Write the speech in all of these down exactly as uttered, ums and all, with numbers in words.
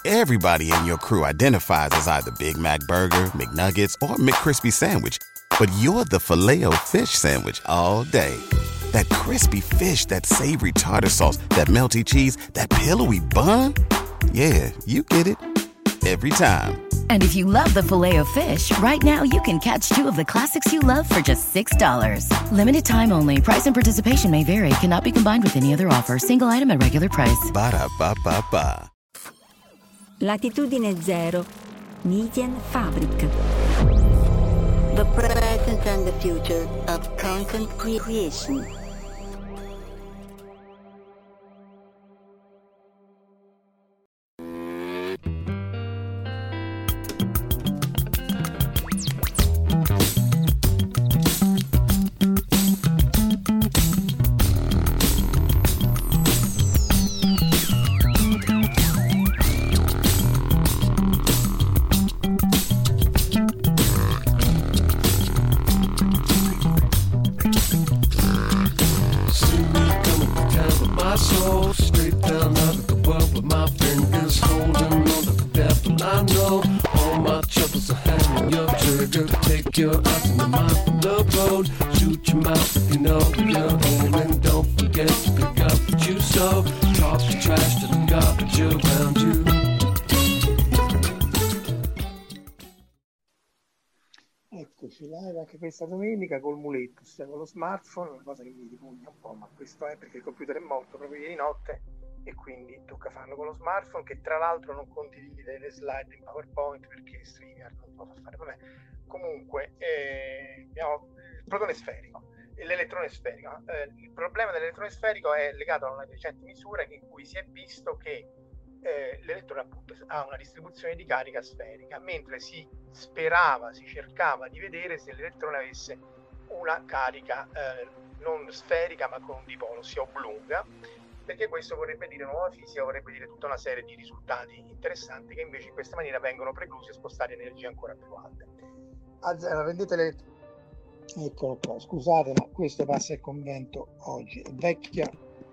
Everybody in your crew identifies as either Big Mac Burger, McNuggets, or McCrispy Sandwich. But you're the Filet-O-Fish Sandwich all day. That crispy fish, that savory tartar sauce, that melty cheese, that pillowy bun. Yeah, you get it. Every time. And if you love the Filet-O-Fish, right now you can catch two of the classics you love for just six dollars. Limited time only. Price and participation may vary. Cannot be combined with any other offer. Single item at regular price. Ba-da-ba-ba-ba. Latitudine zero. Median Fabric. The present and the future of content creation. Your eyes in the mind from the road. Shoot your mouth if you know where you're going. Don't forget to pick up what you sow. Talk your trash to the garbage around you. Eccoci live anche questa domenica col muletto, ossia con lo smartphone, una cosa che mi ripugna un po', ma questo è perché il computer è morto proprio ieri notte e quindi tocca farlo con lo smartphone, che tra l'altro non condivide le slide in PowerPoint perché StreamYard non lo fa fare. Vabbè. Comunque eh, abbiamo il protone sferico e l'elettrone sferico. Eh, il problema dell'elettrone sferico è legato a una recente misura in cui si è visto che eh, l'elettrone appunto ha una distribuzione di carica sferica, mentre si sperava, si cercava di vedere se l'elettrone avesse una carica eh, non sferica ma con un dipolo, ossia oblunga, perché questo vorrebbe dire nuova fisica, vorrebbe dire tutta una serie di risultati interessanti che invece in questa maniera vengono preclusi e spostare energie ancora più alte. A zero, vendete le... Eccolo qua, scusate, ma questo passa il convento oggi. Vecchia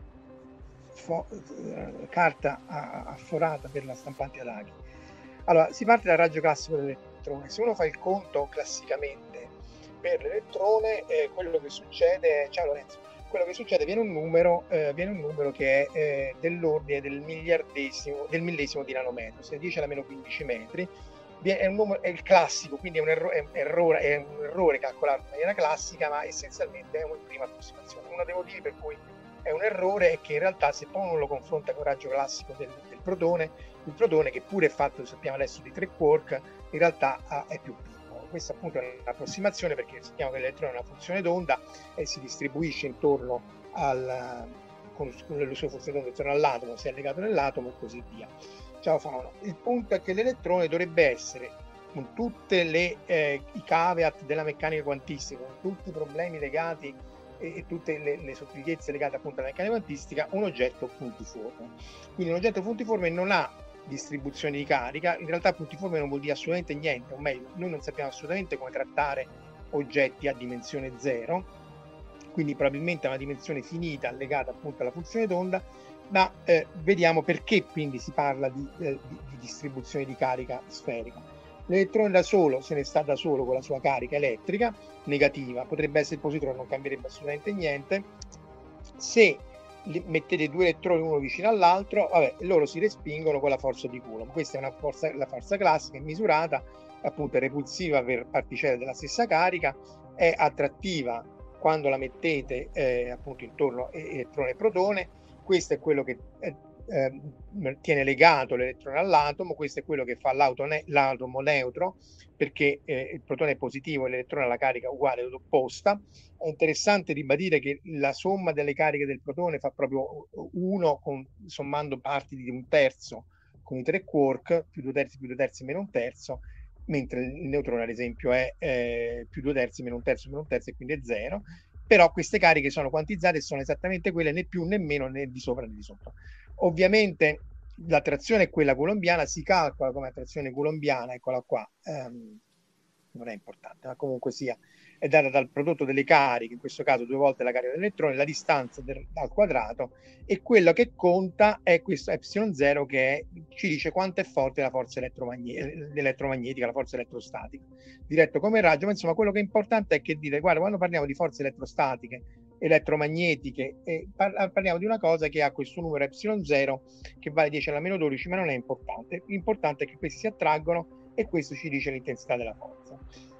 fo... carta afforata per la stampante ad aghi. Allora, si parte dal raggio classico dell'elettrone. Se uno fa il conto classicamente per l'elettrone, eh, quello che succede, ciao Lorenzo, quello che succede viene un numero, eh, viene un numero che è eh, dell'ordine del miliardesimo, del millesimo di nanometro, se dieci alla meno quindici metri. È, un numero, è il classico, quindi è un, erro, è, un errore, è un errore calcolato in maniera classica, ma essenzialmente è una prima approssimazione. Uno dei motivi per cui è un errore è che in realtà se poi uno lo confronta con il raggio classico del, del protone, il protone, che pure è fatto, lo sappiamo adesso, di tre quark, in realtà ha, è più piccolo. Questa appunto è un'approssimazione perché sappiamo che l'elettrone è una funzione d'onda e si distribuisce intorno al, con, con le sue funzioni d'onda intorno all'atomo, se è legato nell'atomo e così via. Ciao Fauna. Il punto è che l'elettrone dovrebbe essere, con tutte le eh, i caveat della meccanica quantistica, con tutti i problemi legati e, e tutte le, le sottigliezze legate appunto alla meccanica quantistica, un oggetto puntiforme. Quindi un oggetto puntiforme non ha distribuzione di carica, in realtà puntiforme non vuol dire assolutamente niente, o meglio, noi non sappiamo assolutamente come trattare oggetti a dimensione zero, quindi probabilmente a una dimensione finita legata appunto alla funzione d'onda, ma eh, vediamo perché quindi si parla di, eh, di, di distribuzione di carica sferica. L'elettrone da solo se ne sta da solo con la sua carica elettrica negativa, potrebbe essere il positrone, non cambierebbe assolutamente niente. Se mettete due elettroni uno vicino all'altro, vabbè, loro si respingono con la forza di Coulomb. Questa è una forza, la forza classica, è misurata, appunto è repulsiva per particelle della stessa carica, è attrattiva quando la mettete eh, appunto intorno a elettrone e protone. Questo è quello che eh, eh, tiene legato l'elettrone all'atomo, questo è quello che fa ne- l'atomo neutro, perché eh, il protone è positivo e l'elettrone ha la carica uguale ed opposta. È interessante ribadire che la somma delle cariche del protone fa proprio uno, con, sommando parti di un terzo con i tre quark, più due terzi più due terzi meno un terzo, mentre il neutrone ad esempio è eh, più due terzi meno un terzo meno un terzo e quindi è zero. Però queste cariche sono quantizzate e sono esattamente quelle, né più né meno, né di sopra né di sotto. Ovviamente l'attrazione è quella coulombiana, si calcola come attrazione coulombiana, eccola qua, ehm, non è importante, ma comunque sia, è data dal prodotto delle cariche, in questo caso due volte la carica dell'elettrone, la distanza del, al quadrato, e quello che conta è questo epsilon zero, che è, ci dice quanto è forte la forza elettromagne- elettromagnetica, la forza elettrostatica, diretto come raggio. Ma insomma, quello che è importante è che dite, guarda, quando parliamo di forze elettrostatiche, elettromagnetiche, e par- parliamo di una cosa che ha questo numero epsilon zero che vale dieci alla meno dodici, ma non è importante. L'importante è che questi si attraggono e questo ci dice l'intensità della forza.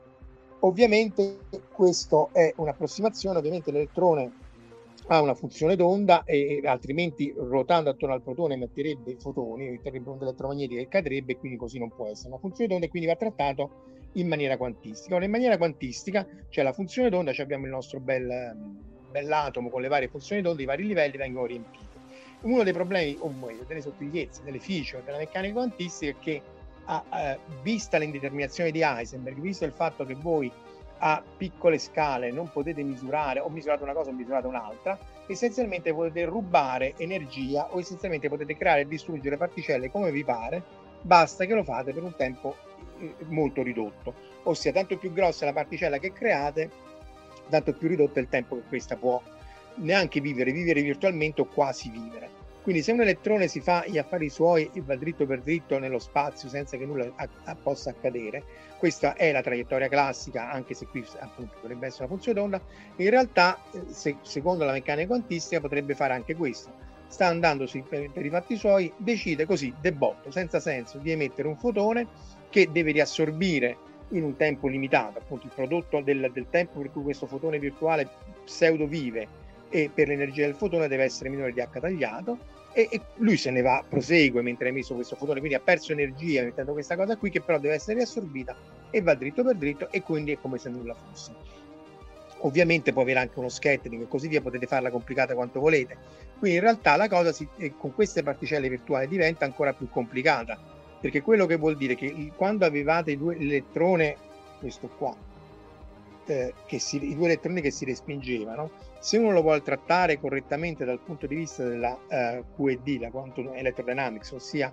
Ovviamente questa è un'approssimazione, ovviamente l'elettrone ha una funzione d'onda e altrimenti ruotando attorno al protone emetterebbe i fotoni, emetterebbe un'onda elettromagnetica che cadrebbe, e quindi così non può essere una funzione d'onda, e quindi va trattato in maniera quantistica. Ora, in maniera quantistica c'è la funzione d'onda, cioè abbiamo il nostro bel, bell'atomo con le varie funzioni d'onda, i vari livelli vengono riempiti. Uno dei problemi, o meglio, delle sottigliezze, delle feature della meccanica quantistica è che a, a, vista l'indeterminazione di Heisenberg, visto il fatto che voi a piccole scale non potete misurare, o misurate una cosa o misurate un'altra, essenzialmente potete rubare energia o essenzialmente potete creare e distruggere particelle come vi pare, basta che lo fate per un tempo eh, molto ridotto, ossia tanto più grossa è la particella che create, tanto più ridotto è il tempo che questa può neanche vivere, vivere virtualmente o quasi vivere. Quindi se un elettrone si fa gli affari suoi e va dritto per dritto nello spazio senza che nulla a, a possa accadere, questa è la traiettoria classica, anche se qui appunto dovrebbe essere una funzione d'onda, in realtà se, secondo la meccanica quantistica potrebbe fare anche questo. Sta andando sui, per, per i fatti suoi, decide così, de botto, senza senso, di emettere un fotone che deve riassorbire in un tempo limitato, appunto il prodotto del, del tempo per cui questo fotone virtuale pseudo vive, e per l'energia del fotone deve essere minore di H tagliato, e, e lui se ne va, prosegue mentre ha emesso questo fotone, quindi ha perso energia mettendo questa cosa qui, che però deve essere riassorbita, e va dritto per dritto, e quindi è come se nulla fosse. Ovviamente può avere anche uno scattering e così via, potete farla complicata quanto volete. Quindi in realtà la cosa si, eh, con queste particelle virtuali diventa ancora più complicata, perché quello che vuol dire che il, quando avevate i due elettroni, questo qua, eh, che si, i due elettroni che si respingevano, se uno lo vuole trattare correttamente dal punto di vista della uh, Q E D, la Quantum Electrodynamics, ossia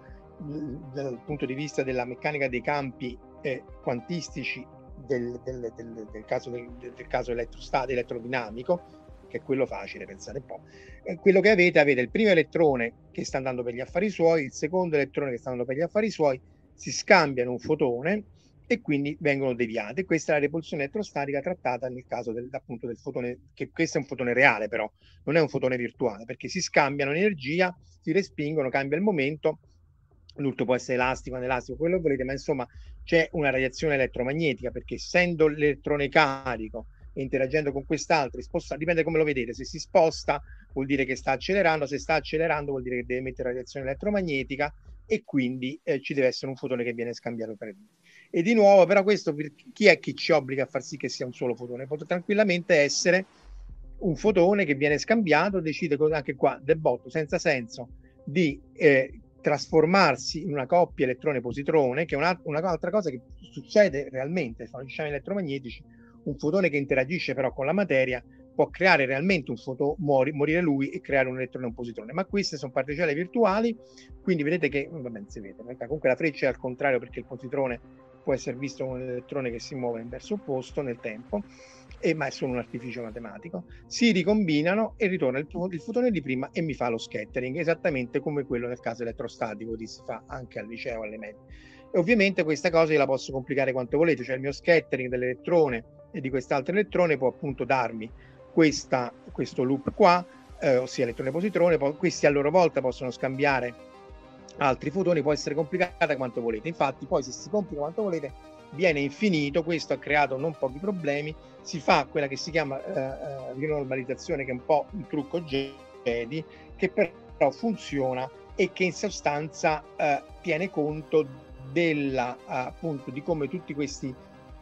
dal punto di vista della meccanica dei campi eh, quantistici del, del, del, del caso, del, del caso elettrostatico, elettrodinamico, che è quello facile, pensate un po'. Eh, quello che avete, avete il primo elettrone che sta andando per gli affari suoi, il secondo elettrone che sta andando per gli affari suoi, si scambiano un fotone e quindi vengono deviate. Questa è la repulsione elettrostatica trattata nel caso del, appunto del fotone, che questo è un fotone reale però, non è un fotone virtuale, perché si scambiano energia, si respingono, cambia il momento, l'urto può essere elastico, anelastico, quello che volete, ma insomma c'è una radiazione elettromagnetica, perché essendo l'elettrone carico e interagendo con quest'altro, sposta, dipende come lo vedete, se si sposta vuol dire che sta accelerando, se sta accelerando vuol dire che deve emettere radiazione elettromagnetica, e quindi eh, ci deve essere un fotone che viene scambiato per lui. E di nuovo, però, questo per chi è che ci obbliga a far sì che sia un solo fotone? Può tranquillamente essere un fotone che viene scambiato, decide anche qua del botto, senza senso, di eh, trasformarsi in una coppia elettrone-positrone, che è una, un'altra cosa che succede realmente, sono gli sciami elettromagnetici. Un fotone che interagisce però con la materia può creare realmente un fotone, mori, morire lui e creare un elettrone e un positrone, ma queste sono particelle virtuali, quindi vedete che, vabbè, si vede, in realtà comunque la freccia è al contrario, perché il positrone può essere visto come un elettrone che si muove in verso opposto nel tempo, e, ma è solo un artificio matematico. Si ricombinano e ritorna il, il fotone di prima e mi fa lo scattering, esattamente come quello nel caso elettrostatico che si fa anche al liceo, alle medie. E ovviamente questa cosa io la posso complicare quanto volete, cioè il mio scattering dell'elettrone e di quest'altro elettrone può appunto darmi questa, questo loop qua, eh, ossia elettrone-positrone, poi questi a loro volta possono scambiare altri fotoni, può essere complicata quanto volete. Infatti poi se si complica quanto volete viene infinito. Questo ha creato non pochi problemi. Si fa quella che si chiama eh, rinormalizzazione, che è un po' un trucco Jedi, che però funziona e che in sostanza eh, tiene conto della, appunto, di come tutti questi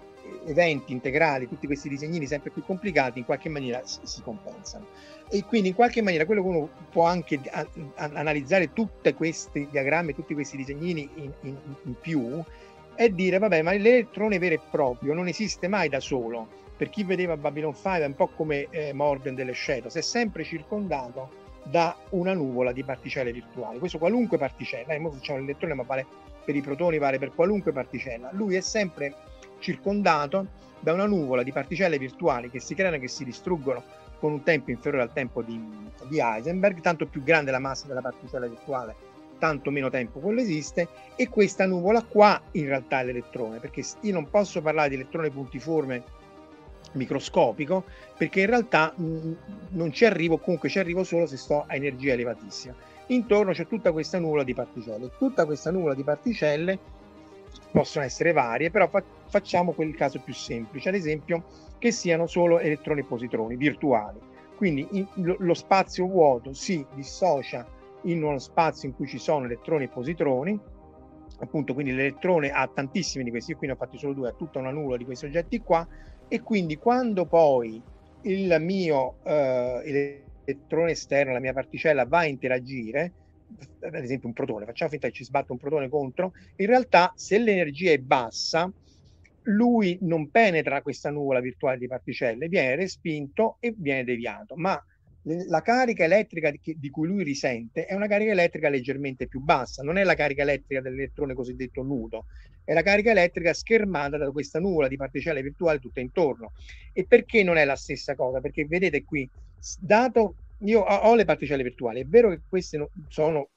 eventi integrali, tutti questi disegnini sempre più complicati in qualche maniera si, si compensano, e quindi in qualche maniera quello che uno può anche a, a, analizzare tutti questi diagrammi, tutti questi disegnini in, in, in più, è dire vabbè, ma l'elettrone vero e proprio non esiste mai da solo. Per chi vedeva Babylon cinque è un po' come eh, Morden delle Shadows, è sempre circondato da una nuvola di particelle virtuali. Questo qualunque particella, eh, noi facciamo l'elettrone, ma vale per i protoni, vale per qualunque particella, lui è sempre circondato da una nuvola di particelle virtuali che si creano e che si distruggono con un tempo inferiore al tempo di, di Heisenberg. Tanto più grande la massa della particella virtuale, tanto meno tempo quello esiste, e questa nuvola qua in realtà è l'elettrone, perché io non posso parlare di elettrone puntiforme microscopico, perché in realtà mh, non ci arrivo, comunque ci arrivo solo se sto a energia elevatissima. Intorno c'è tutta questa nuvola di particelle, tutta questa nuvola di particelle possono essere varie, però fa- facciamo quel caso più semplice, ad esempio che siano solo elettroni e positroni virtuali. Quindi in, lo, lo spazio vuoto si dissocia in uno spazio in cui ci sono elettroni e positroni, appunto, quindi l'elettrone ha tantissimi di questi, io qui ne ho fatti solo due, ha tutta una nuvola di questi oggetti qua, e quindi quando poi il mio eh, elettrone esterno, la mia particella, va a interagire, ad esempio un protone, facciamo finta che ci sbatta un protone contro, in realtà se l'energia è bassa, lui non penetra questa nuvola virtuale di particelle, viene respinto e viene deviato, ma la carica elettrica di, di cui lui risente è una carica elettrica leggermente più bassa, non è la carica elettrica dell'elettrone cosiddetto nudo, è la carica elettrica schermata da questa nuvola di particelle virtuali tutta intorno. E perché non è la stessa cosa? Perché vedete qui, dato io ho, ho le particelle virtuali, è vero che queste no, sono,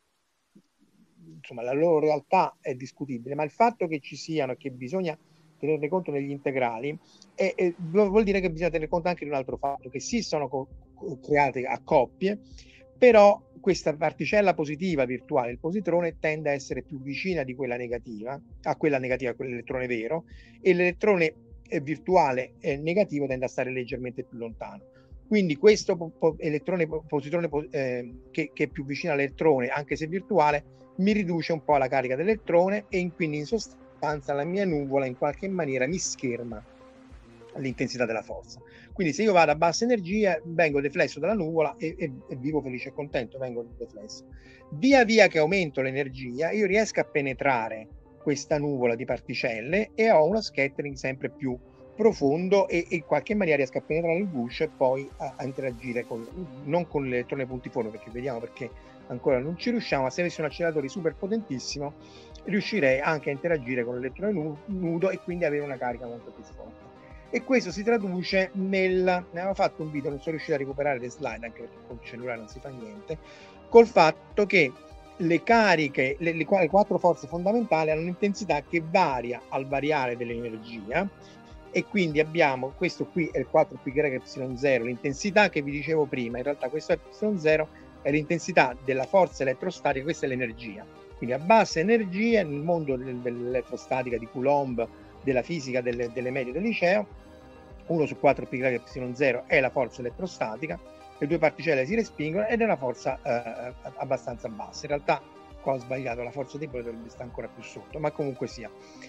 insomma, la loro realtà è discutibile, ma il fatto che ci siano e che bisogna tenerne conto negli integrali e, e vuol dire che bisogna tenere conto anche di un altro fatto, che sì, sono co- create a coppie, però questa particella positiva virtuale, il positrone, tende a essere più vicina di quella negativa, a quella negativa, a quell'elettrone vero, e l'elettrone eh, virtuale eh, negativo tende a stare leggermente più lontano. Quindi questo po- po- elettrone positrone eh, che, che è più vicino all'elettrone, anche se virtuale, mi riduce un po' la carica dell'elettrone e quindi in sostanza la mia nuvola in qualche maniera mi scherma l'intensità della forza. Quindi se io vado a bassa energia vengo deflesso dalla nuvola e, e, e vivo felice e contento, vengo deflesso. Via via che aumento l'energia io riesco a penetrare questa nuvola di particelle e ho uno scattering sempre più profondo e, e in qualche maniera riesco a penetrare il guscio e poi a, a interagire con, non con l'elettrone puntiforme, perché vediamo perché ancora non ci riusciamo, ma se avessi un acceleratore super potentissimo riuscirei anche a interagire con l'elettrone nudo e quindi avere una carica molto più forte. E questo si traduce nel, ne avevo fatto un video, non sono riuscito a recuperare le slide anche perché con il cellulare non si fa niente, col fatto che le cariche, le, le, le quattro forze fondamentali hanno un'intensità che varia al variare dell'energia, e quindi abbiamo questo qui è il quattro pi greco epsilon zero, l'intensità che vi dicevo prima, in realtà questo epsilon zero è l'intensità della forza elettrostatica, questa è l'energia. Quindi a bassa energia, nel mondo del, dell'elettrostatica di Coulomb, della fisica delle, delle medie del liceo, uno su quattro pi greco epsilon zero è la forza elettrostatica, le due particelle si respingono ed è una forza eh, abbastanza bassa. In realtà qua ho sbagliato, la forza debole dovrebbe stare ancora più sotto, ma comunque sia.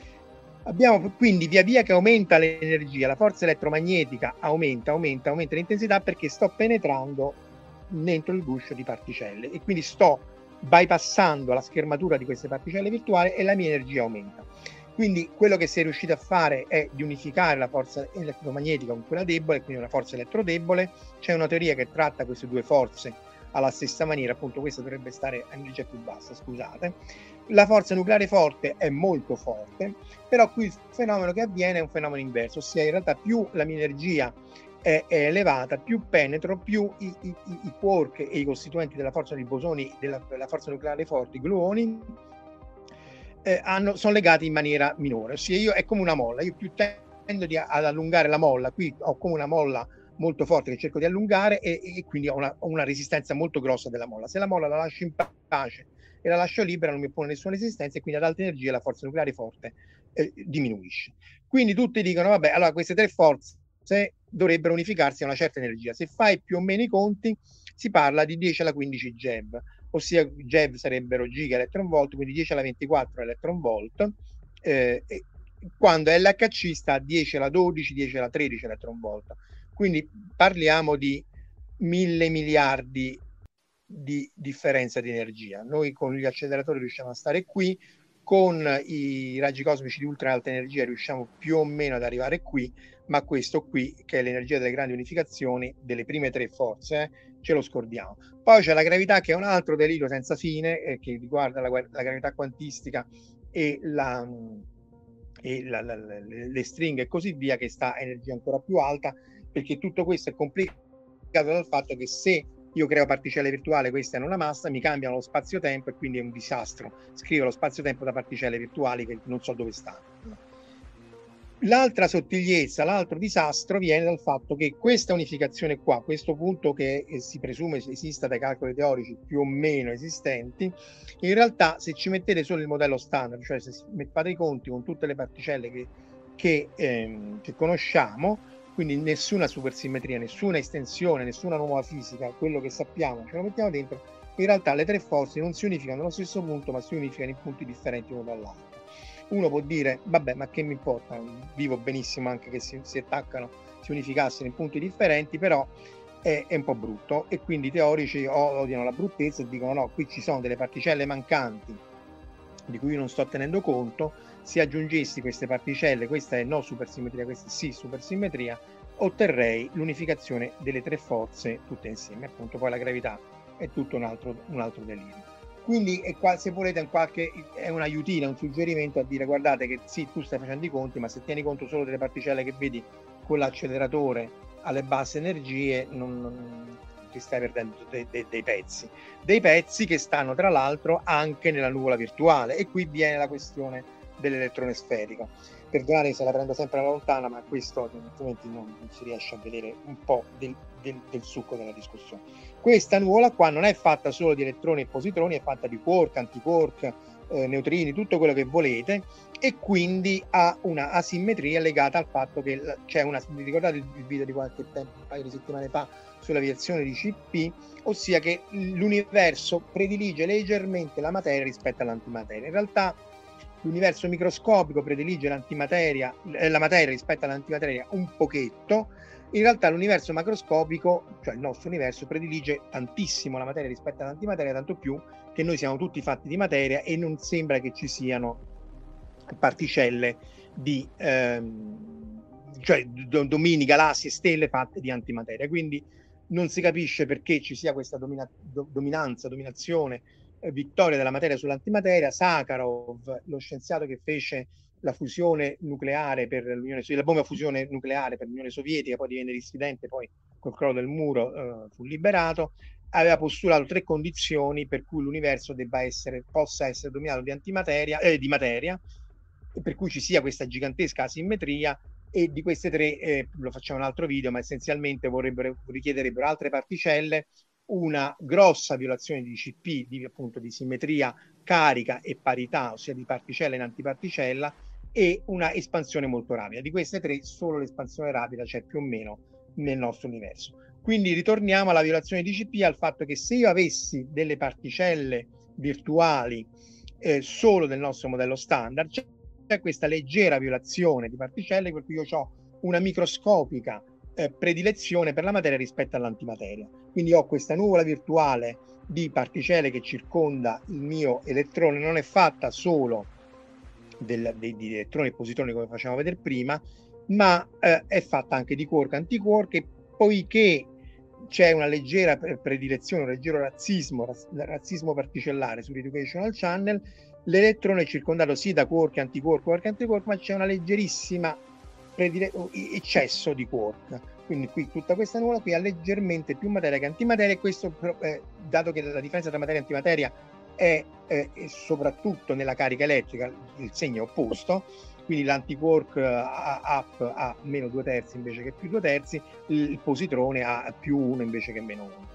Abbiamo quindi via via che aumenta l'energia, la forza elettromagnetica aumenta, aumenta, aumenta l'intensità perché sto penetrando dentro il guscio di particelle e quindi sto bypassando la schermatura di queste particelle virtuali e la mia energia aumenta. Quindi quello che si è riuscito a fare è di unificare la forza elettromagnetica con quella debole, quindi una forza elettrodebole. C'è una teoria che tratta queste due forze alla stessa maniera, appunto questa dovrebbe stare a energia più bassa, scusate. La forza nucleare forte è molto forte, però qui il fenomeno che avviene è un fenomeno inverso, ossia in realtà più la mia energia è, è elevata, più penetro, più i, i, i quark e i costituenti della forza di bosoni della, della forza nucleare forte, i gluoni, eh, hanno, sono legati in maniera minore, ossia io è come una molla, io più tendo di, ad allungare la molla, qui ho come una molla molto forte che cerco di allungare e, e quindi ho una, ho una resistenza molto grossa della molla. Se la molla la lascio in pace e la lascio libera non mi oppone nessuna resistenza e quindi ad alta energia la forza nucleare forte eh, diminuisce. Quindi tutti dicono vabbè, allora queste tre forze dovrebbero unificarsi a una certa energia. Se fai più o meno i conti si parla di dieci alla quindici GeV, ossia GeV sarebbero giga electron volt, quindi dieci alla ventiquattro electron volt, eh, e quando L H C sta a dieci alla dodici, dieci alla tredici electron volt. Quindi parliamo di mille miliardi di differenza di energia. Noi con gli acceleratori riusciamo a stare qui, con i raggi cosmici di ultra alta energia riusciamo più o meno ad arrivare qui, ma questo qui, che è l'energia delle grandi unificazioni, delle prime tre forze, eh, ce lo scordiamo. Poi c'è la gravità, che è un altro delirio senza fine, eh, che riguarda la, la gravità quantistica e la, e la, la, la, le stringhe e così via, che sta a energia ancora più alta, perché tutto questo è complicato dal fatto che se io creo particelle virtuali, queste hanno una massa, mi cambiano lo spazio-tempo e quindi è un disastro. Scrivo lo spazio-tempo da particelle virtuali che non so dove stanno. L'altra sottigliezza, l'altro disastro viene dal fatto che questa unificazione qua, questo punto che si presume esista dai calcoli teorici più o meno esistenti, in realtà se ci mettete solo il modello standard, cioè se fate i conti con tutte le particelle che, che, ehm, che conosciamo, quindi nessuna supersimmetria, nessuna estensione, nessuna nuova fisica, quello che sappiamo ce lo mettiamo dentro, in realtà le tre forze non si unificano nello stesso punto, ma si unificano in punti differenti uno dall'altro. Uno può dire, vabbè, ma che mi importa, vivo benissimo anche che si, si attaccano, si unificassero in punti differenti, però è, è un po' brutto, e quindi i teorici odiano la bruttezza e dicono no, qui ci sono delle particelle mancanti di cui io non sto tenendo conto. Se aggiungessi queste particelle, questa è no supersimmetria, questa è sì supersimmetria, otterrei l'unificazione delle tre forze tutte insieme. Appunto poi la gravità è tutto un altro, un altro delirio. Quindi è qua, se volete, è, qualche, è un aiutino, un suggerimento a dire guardate che sì, tu stai facendo i conti, ma se tieni conto solo delle particelle che vedi con l'acceleratore alle basse energie, non, non ti stai perdendo de, de, dei pezzi. Dei pezzi che stanno tra l'altro anche nella nuvola virtuale, e qui viene la questione dell'elettrone sferico. Perdonate se la prendo sempre alla lontana, ma questo altrimenti non, non si riesce a vedere un po' del, del, del succo della discussione. Questa nuvola qua non è fatta solo di elettroni e positroni, è fatta di quark, antiquark, eh, neutrini, tutto quello che volete, e quindi ha una asimmetria legata al fatto che c'è una, vi ricordate il video di qualche tempo, un paio di settimane fa, sulla vibrazione di C P, ossia che l'universo predilige leggermente la materia rispetto all'antimateria. In realtà l'universo microscopico predilige l'antimateria, eh, la materia rispetto all'antimateria un pochetto. In realtà l'universo macroscopico, cioè il nostro universo, predilige tantissimo la materia rispetto all'antimateria, tanto più che noi siamo tutti fatti di materia e non sembra che ci siano particelle di ehm, cioè domini, galassie, stelle fatte di antimateria. Quindi non si capisce perché ci sia questa domina, do, dominanza, dominazione, eh, vittoria della materia sull'antimateria. Sakharov, lo scienziato che fece la fusione nucleare per l'Unione Sovietica, la bomba a fusione nucleare per l'Unione Sovietica, poi divenne dissidente, poi col crollo del muro eh, fu liberato, aveva postulato tre condizioni per cui l'universo debba essere, possa essere dominato di antimateria, eh, di materia, e per cui ci sia questa gigantesca asimmetria, e di queste tre, eh, lo facciamo in un altro video, ma essenzialmente vorrebbero, richiederebbero altre particelle, una grossa violazione di C P, di, appunto di simmetria, carica e parità, ossia di particella in antiparticella, e una espansione molto rapida. Di queste tre solo l'espansione rapida c'è più o meno nel nostro universo. Quindi ritorniamo alla violazione di C P, al fatto che se io avessi delle particelle virtuali eh, solo del nostro modello standard, c'è, c'è questa leggera violazione di particelle, per cui io ho una microscopica eh, predilezione per la materia rispetto all'antimateria. Quindi ho questa nuvola virtuale di particelle che circonda il mio elettrone, non è fatta solo del, dei, di elettroni e positroni come facevamo vedere prima, ma eh, è fatta anche di quark, antiquark, e poiché c'è una leggera predilezione, un leggero razzismo, razzismo particellare sull'educational channel, l'elettrone è circondato sì da quark, antiquark, quark, antiquark, ma c'è una leggerissima predile- eccesso di quark. Quindi qui tutta questa nuvola qui ha leggermente più materia che antimateria, e questo eh, dato che la differenza tra materia e antimateria è, eh, è soprattutto nella carica elettrica, il segno opposto, quindi l'antiquark up ha meno due terzi invece che più due terzi, il positrone ha più uno invece che meno uno.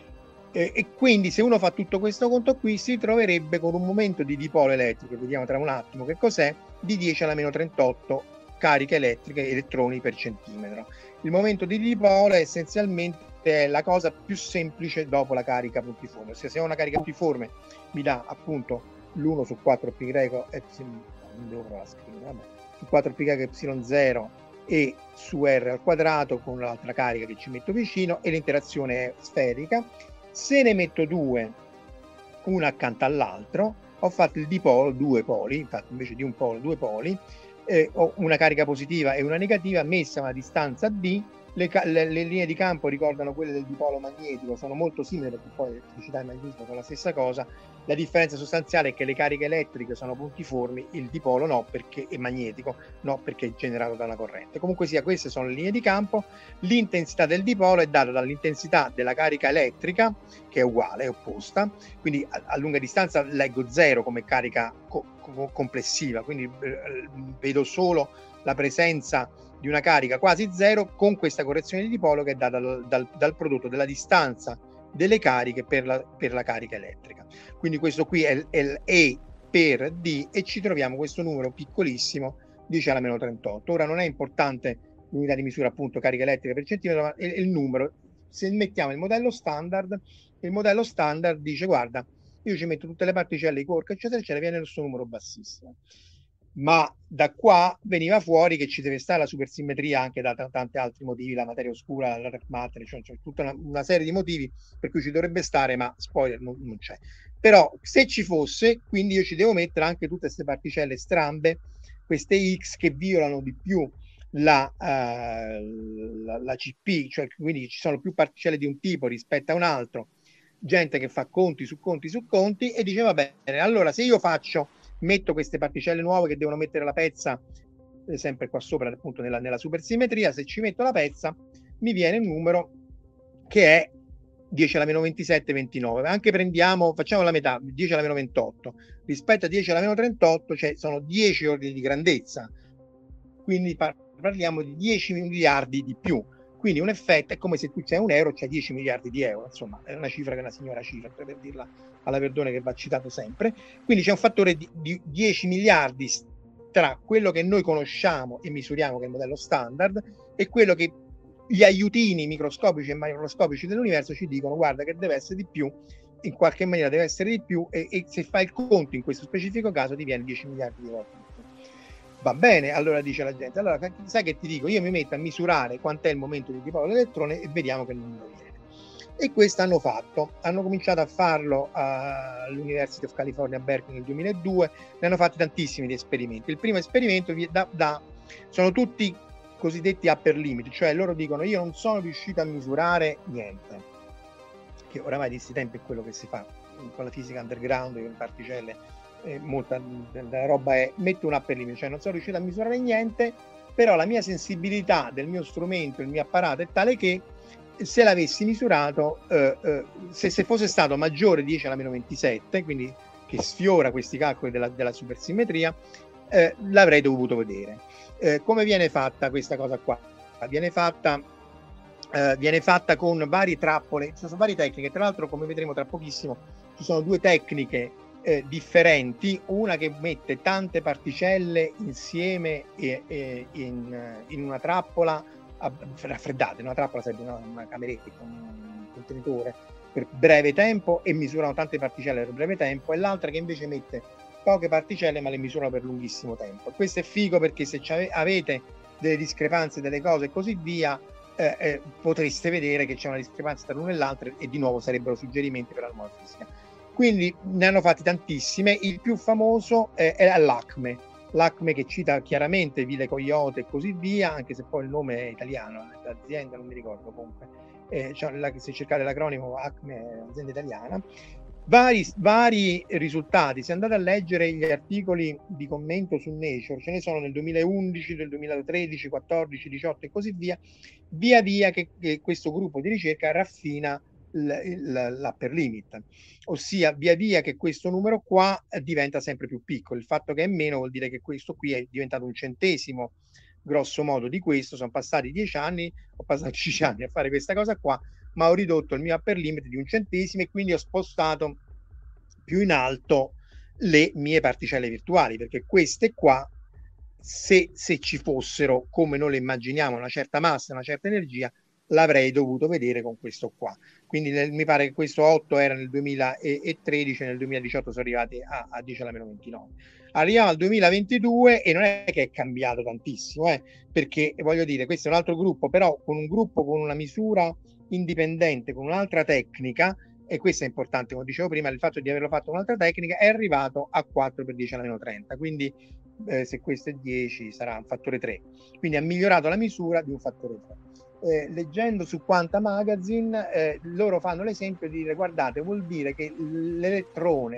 E, e quindi se uno fa tutto questo conto qui si troverebbe con un momento di dipolo elettrico, vediamo tra un attimo che cos'è, di dieci alla meno trentotto cariche elettriche, elettroni per centimetro. Il momento di dipolo è essenzialmente è la cosa più semplice dopo la carica puntiforme. Se ho una carica puntiforme mi dà appunto l'uno su quattro pi greco epsilon, non devo provare a scrivere, vabbè, su quattro pi greco epsilon zero e su r al quadrato con l'altra carica che ci metto vicino, e l'interazione è sferica. Se ne metto due una accanto all'altro, ho fatto il dipolo, due poli, infatti invece di un polo due poli, eh, ho una carica positiva e una negativa messa a una distanza d. Le, le, le linee di campo ricordano quelle del dipolo magnetico, sono molto simili perché poi l'elettricità e il magnetismo sono la stessa cosa, La differenza sostanziale è che le cariche elettriche sono puntiformi, il dipolo no, perché è magnetico, no, perché è generato da una corrente. Comunque sia, queste sono le linee di campo. L'intensità del dipolo è data dall'intensità della carica elettrica, che è uguale, è opposta, quindi a, a lunga distanza leggo zero come carica co- co- complessiva, quindi eh, vedo solo la presenza di una carica quasi zero con questa correzione di dipolo che è data dal, dal, dal prodotto della distanza delle cariche per la, per la carica elettrica. Quindi questo qui è il E per D e ci troviamo questo numero piccolissimo, dieci alla meno trentotto. Ora non è importante l'unità di misura, appunto, carica elettrica per centimetro, ma il, il numero. Se mettiamo il modello standard, il modello standard dice: guarda, io ci metto tutte le particelle, i quark, eccetera, eccetera, viene questo numero bassissimo. Ma da qua veniva fuori che ci deve stare la supersimmetria anche da t- tanti altri motivi, la materia oscura, la dark matter, cioè, cioè tutta una, una serie di motivi per cui ci dovrebbe stare, ma spoiler, non, non c'è. Però se ci fosse, quindi io ci devo mettere anche tutte queste particelle strambe, queste X che violano di più la, uh, la, la C P, cioè quindi ci sono più particelle di un tipo rispetto a un altro, gente che fa conti su conti su conti e dice: va bene, allora se io faccio metto queste particelle nuove che devono mettere la pezza eh, sempre qua sopra, appunto nella, nella supersimmetria, se ci metto la pezza mi viene un numero che è dieci alla meno ventisette, ventinove. Anche prendiamo, facciamo la metà, dieci alla meno ventotto rispetto a dieci alla meno trentotto, cioè sono dieci ordini di grandezza, quindi par- parliamo di dieci miliardi di più. Quindi un effetto è come se tu c'è un euro, c'è dieci miliardi di euro, insomma è una cifra che è una signora cifra, per dirla alla Verdone, che va citato sempre. Quindi c'è un fattore di, di dieci miliardi tra quello che noi conosciamo e misuriamo, che è il modello standard, e quello che gli aiutini microscopici e macroscopici dell'universo ci dicono: guarda che deve essere di più, in qualche maniera deve essere di più, e, e se fai il conto in questo specifico caso ti viene dieci miliardi di volte. Va bene, allora dice la gente: allora sai che ti dico, io mi metto a misurare quant'è il momento di dipolo dell'elettrone e vediamo che numero viene. E questo hanno fatto, hanno cominciato a farlo all'University of California Berkeley nel duemiladue, ne hanno fatti tantissimi di esperimenti. Il primo esperimento da, da, sono tutti cosiddetti upper limit, cioè loro dicono: io non sono riuscito a misurare niente, che oramai di questi tempi è quello che si fa con la fisica underground, con le particelle. Eh, molta della roba è: metto un upper limit, cioè non sono riuscito a misurare niente, però la mia sensibilità del mio strumento, il mio apparato è tale che se l'avessi misurato, eh, eh, se, se fosse stato maggiore dieci alla meno ventisette, quindi che sfiora questi calcoli della, della supersimmetria, eh, l'avrei dovuto vedere. Eh, come viene fatta questa cosa qua? Viene fatta, eh, viene fatta con varie trappole, ci sono varie tecniche, tra l'altro come vedremo tra pochissimo ci sono due tecniche Eh, differenti, una che mette tante particelle insieme e, e in, in una trappola a, raffreddate, una trappola serve una, una cameretta, un contenitore per breve tempo e misurano tante particelle per breve tempo, e l'altra che invece mette poche particelle ma le misurano per lunghissimo tempo. Questo è figo perché se avete delle discrepanze delle cose e così via, eh, eh, potreste vedere che c'è una discrepanza tra l'una e l'altra e di nuovo sarebbero suggerimenti per la nuova fisica. Quindi ne hanno fatti tantissime. Il più famoso è, è l'Acme, l'Acme che cita chiaramente Vile Coyote e così via, anche se poi il nome è italiano, l'azienda non mi ricordo comunque, eh, cioè, la, se cercate l'acronimo Acme è un'azienda italiana. Vari, vari risultati, se andate a leggere gli articoli di commento su Nature, ce ne sono nel duemilaundici, del duemilatredici, quattordici, diciotto e così via, via via che, che questo gruppo di ricerca raffina l'upper limit, ossia via via che questo numero qua diventa sempre più piccolo. Il fatto che è meno vuol dire che questo qui è diventato un centesimo grosso modo di questo. Sono passati dieci anni, ho passato dieci anni a fare questa cosa qua, ma ho ridotto il mio upper limit di un centesimo e quindi ho spostato più in alto le mie particelle virtuali, perché queste qua, se, se ci fossero come noi le immaginiamo, una certa massa, una certa energia, l'avrei dovuto vedere con questo qua. Quindi nel, mi pare che questo otto era nel duemilatredici, nel duemiladiciotto sono arrivati a, a dieci alla meno ventinove. Arriviamo al duemilaventidue e non è che è cambiato tantissimo, eh, perché voglio dire, questo è un altro gruppo, però con un gruppo con una misura indipendente, con un'altra tecnica, e questo è importante, come dicevo prima, il fatto di averlo fatto con un'altra tecnica, è arrivato a quattro per dieci alla meno trenta, quindi eh, se questo è dieci sarà un fattore tre, quindi ha migliorato la misura di un fattore tre. Eh, leggendo su Quanta Magazine, eh, loro fanno l'esempio di dire: guardate, vuol dire che l'elettrone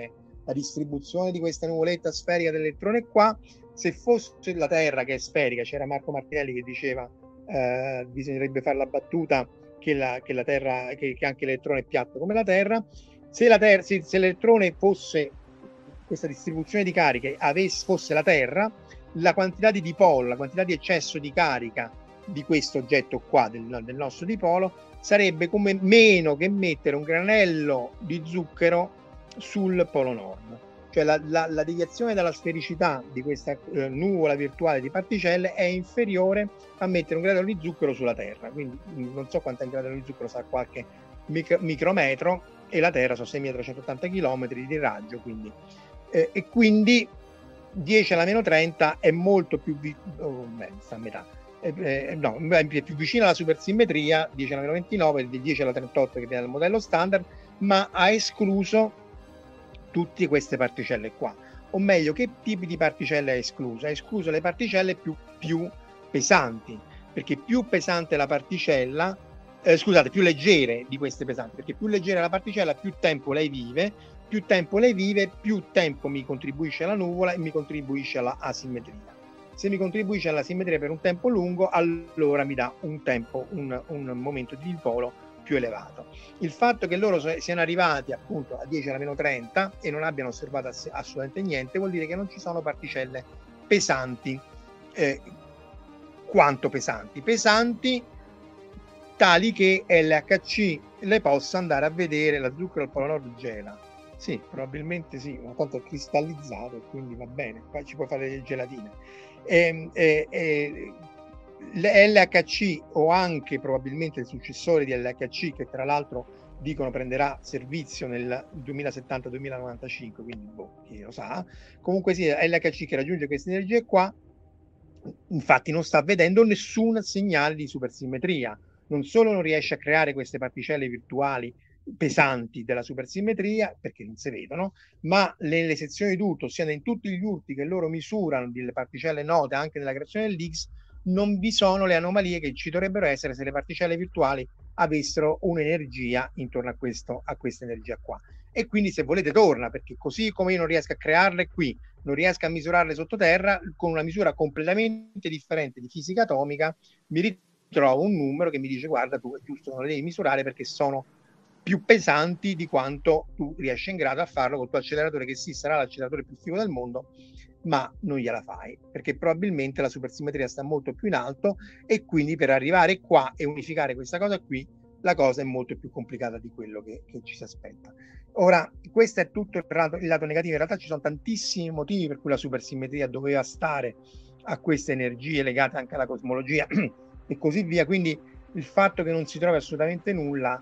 la distribuzione di questa nuvoletta sferica dell'elettrone qua. Se fosse la Terra che è sferica, c'era Marco Martinelli che diceva eh, bisognerebbe fare la battuta che la, che la Terra, che, che anche l'elettrone è piatto come la Terra. Se, la ter- se, se l'elettrone fosse, questa distribuzione di cariche avesse, fosse la Terra, la quantità di dipolo, la quantità di eccesso di carica di questo oggetto qua, del, del nostro dipolo, sarebbe come meno che mettere un granello di zucchero sul polo nord. Cioè la, la, la deviazione dalla sfericità di questa eh, nuvola virtuale di particelle è inferiore a mettere un granello di zucchero sulla Terra. Quindi non so quanto è il granello di zucchero, sarà qualche micro, micrometro, e la Terra sono seimila trecentottanta chilometri di raggio, quindi, eh, e quindi dieci alla meno trenta è molto più vi- oh, beh, sta a metà eh, eh, no, è più vicina alla supersimmetria, dieci alla meno ventinove, di dieci alla trentotto che viene dal modello standard, ma ha escluso tutte queste particelle qua. O meglio, che tipi di particelle ha escluso? Ha escluso le particelle più, più pesanti, perché più pesante la particella, eh, scusate, più leggere di queste pesanti, perché più leggera la particella, più tempo lei vive, più tempo lei vive, più tempo mi contribuisce alla nuvola e mi contribuisce alla asimmetria. Se mi contribuisce alla simmetria per un tempo lungo, allora mi dà un tempo, un, un momento di dipolo più elevato. Il fatto che loro siano arrivati appunto a dieci alla meno trenta e non abbiano osservato ass- assolutamente niente vuol dire che non ci sono particelle pesanti, eh, quanto pesanti? Pesanti tali che L H C le possa andare a vedere. La zucchero al polo nord gela. Sì, probabilmente sì, ma tanto è cristallizzato e quindi va bene, qua ci puoi fare delle gelatine. E, e, e, L'L H C o anche probabilmente il successore di L H C, che tra l'altro dicono prenderà servizio nel duemilasettanta duemilanovantacinque, quindi boh, chi lo sa. Comunque sì, L H C che raggiunge queste energie qua, infatti non sta vedendo nessun segnale di supersimmetria. Non solo non riesce a creare queste particelle virtuali pesanti della supersimmetria, perché non si vedono, ma nelle sezioni d'urto, ossia in tutti gli urti che loro misurano delle particelle note anche nella creazione dell'Higgs, non vi sono le anomalie che ci dovrebbero essere se le particelle virtuali avessero un'energia intorno a questo, a questa energia qua. E quindi se volete torna, perché così come io non riesco a crearle qui, non riesco a misurarle sottoterra, con una misura completamente differente di fisica atomica mi ritrovo un numero che mi dice guarda, tu è giusto, non le devi misurare perché sono più pesanti di quanto tu riesci in grado a farlo col tuo acceleratore, che sì, sarà l'acceleratore più figo del mondo, ma non gliela fai, perché probabilmente la supersimmetria sta molto più in alto e quindi per arrivare qua e unificare questa cosa qui, la cosa è molto più complicata di quello che, che ci si aspetta. Ora, questo è tutto il lato, il lato negativo. In realtà ci sono tantissimi motivi per cui la supersimmetria doveva stare a queste energie legate anche alla cosmologia e così via, quindi il fatto che non si trovi assolutamente nulla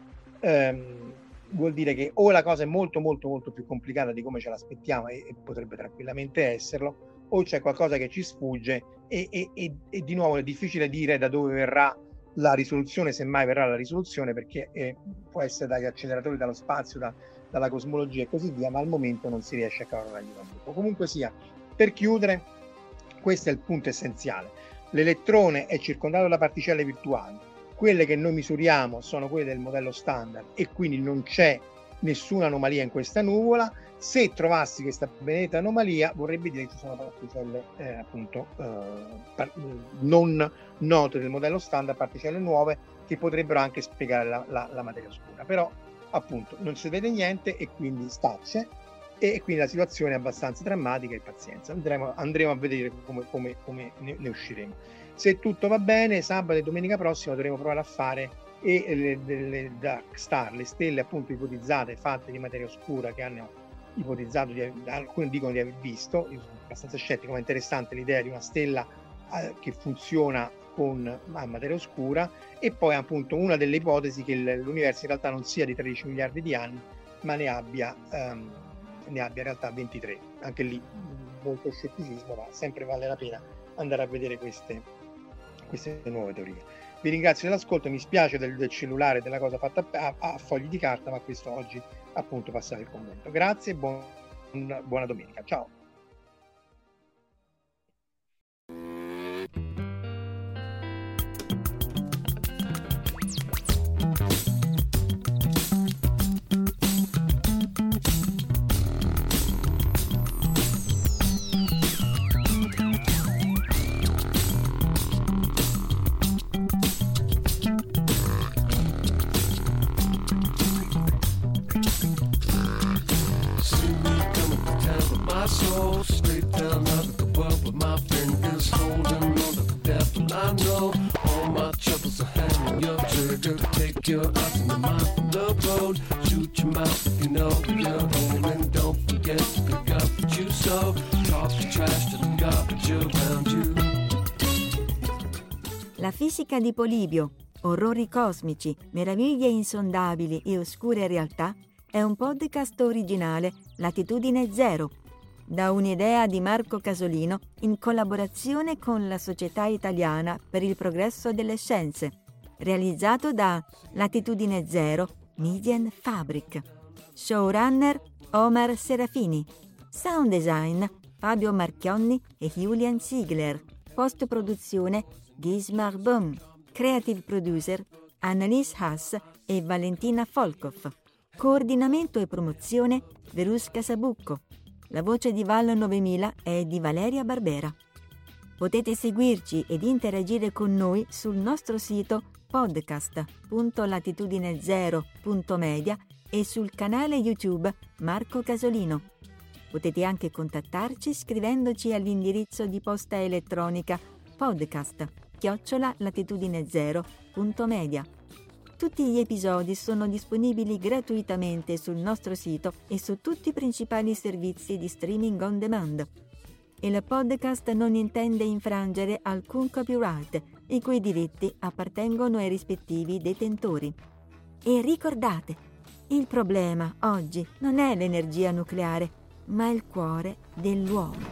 ehm, vuol dire che o la cosa è molto molto molto più complicata di come ce l'aspettiamo e, e potrebbe tranquillamente esserlo, o c'è qualcosa che ci sfugge e, e, e, e di nuovo è difficile dire da dove verrà la risoluzione, se mai verrà la risoluzione, perché eh, può essere dagli acceleratori, dallo spazio, da, dalla cosmologia e così via, ma al momento non si riesce a cavare una buco. Comunque sia, per chiudere, questo è il punto essenziale. L'elettrone è circondato da particelle virtuali. Quelle che noi misuriamo sono quelle del modello standard e quindi non c'è nessuna anomalia in questa nuvola. Se trovassi questa benedetta anomalia vorrebbe dire che ci sono particelle eh, appunto eh, par- non note del modello standard, particelle nuove che potrebbero anche spiegare la, la, la materia oscura, però appunto non si vede niente e quindi stacce, e quindi la situazione è abbastanza drammatica e pazienza, andremo, andremo a vedere come, come, come ne, ne usciremo. Se tutto va bene, sabato e domenica prossima dovremo provare a fare e le, le, le dark star, le stelle appunto ipotizzate fatte di materia oscura che hanno ipotizzato, di, alcuni dicono di aver visto. Io sono abbastanza scettico, ma è interessante l'idea di una stella eh, che funziona con ah, materia oscura. E poi appunto una delle ipotesi che l'universo in realtà non sia di tredici miliardi di anni, ma ne abbia um, ne abbia in realtà ventitré. Anche lì molto scetticismo, ma sempre vale la pena andare a vedere queste, queste nuove teorie. Vi ringrazio dell'ascolto, mi spiace del, del cellulare, della cosa fatta a, a fogli di carta, ma questo oggi appunto passava il commento. Grazie e buon, buona domenica, ciao. Talk the trash to the garbage around you. La fisica di Polibio, orrori cosmici, meraviglie insondabili e oscure realtà è un podcast originale Latitudine Zero, da un'idea di Marco Casolino in collaborazione con la Società Italiana per il Progresso delle Scienze, realizzato da Latitudine Zero Median Fabric. Showrunner Omar Serafini. Sound design Fabio Marchionni e Julian Ziegler. Post-produzione Gismar Böhm. Creative producer Annalise Haas e Valentina Folkov. Coordinamento e promozione Verusca Sabucco. La voce di Val novemila è di Valeria Barbera. Potete seguirci ed interagire con noi sul nostro sito podcast punto latitudine zero punto media e sul canale YouTube Marco Casolino. Potete anche contattarci scrivendoci all'indirizzo di posta elettronica podcast chiocciola latitudine zero punto media. Tutti gli episodi sono disponibili gratuitamente sul nostro sito e su tutti i principali servizi di streaming on demand. Il podcast non intende infrangere alcun copyright, i cui diritti appartengono ai rispettivi detentori. E ricordate, il problema oggi non è l'energia nucleare, ma il cuore dell'uomo.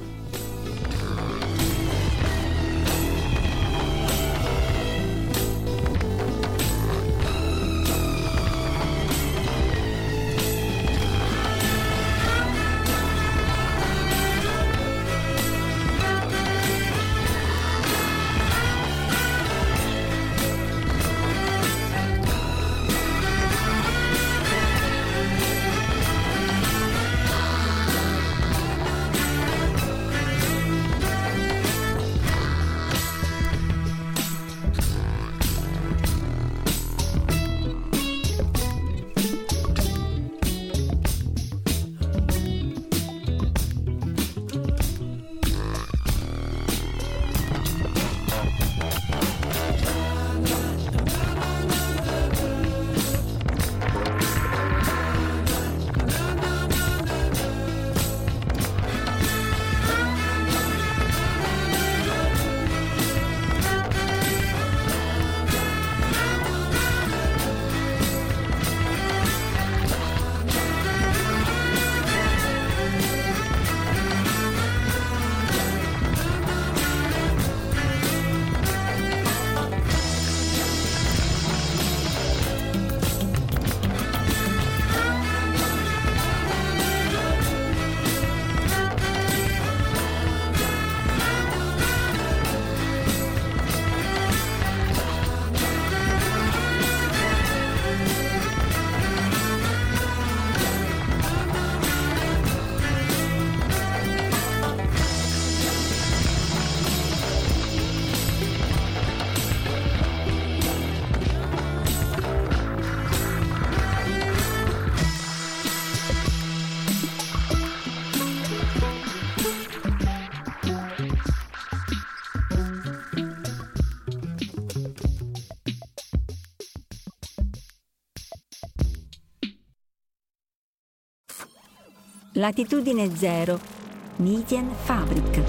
Latitudine Zero Median Fabric.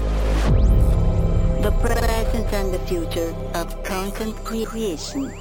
The present and the future of content creation.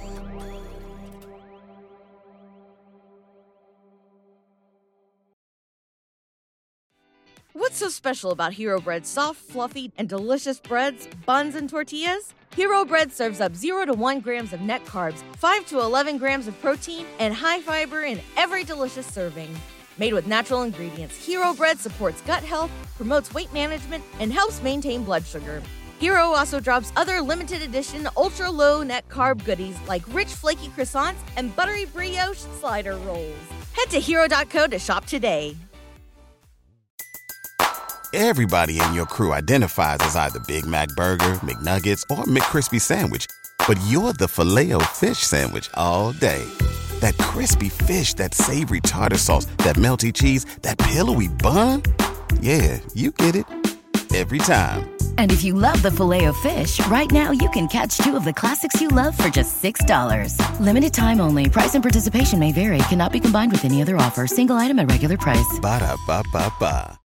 What's so special about Hero Bread's soft, fluffy, and delicious breads, buns, and tortillas? Hero Bread serves up zero to one grams of net carbs, five to eleven grams of protein, and high fiber in every delicious serving. Made with natural ingredients, Hero Bread supports gut health, promotes weight management, and helps maintain blood sugar. Hero also drops other limited edition ultra-low net carb goodies like rich flaky croissants and buttery brioche slider rolls. Head to hero dot co to shop today. Everybody in your crew identifies as either Big Mac Burger, McNuggets, or McCrispy Sandwich. But you're the Filet-O-Fish Sandwich all day. That crispy fish, that savory tartar sauce, that melty cheese, that pillowy bun. Yeah, you get it. Every time. And if you love the Filet-O-Fish, right now you can catch two of the classics you love for just six dollars. Limited time only. Price and participation may vary. Cannot be combined with any other offer. Single item at regular price. Ba-da-ba-ba-ba.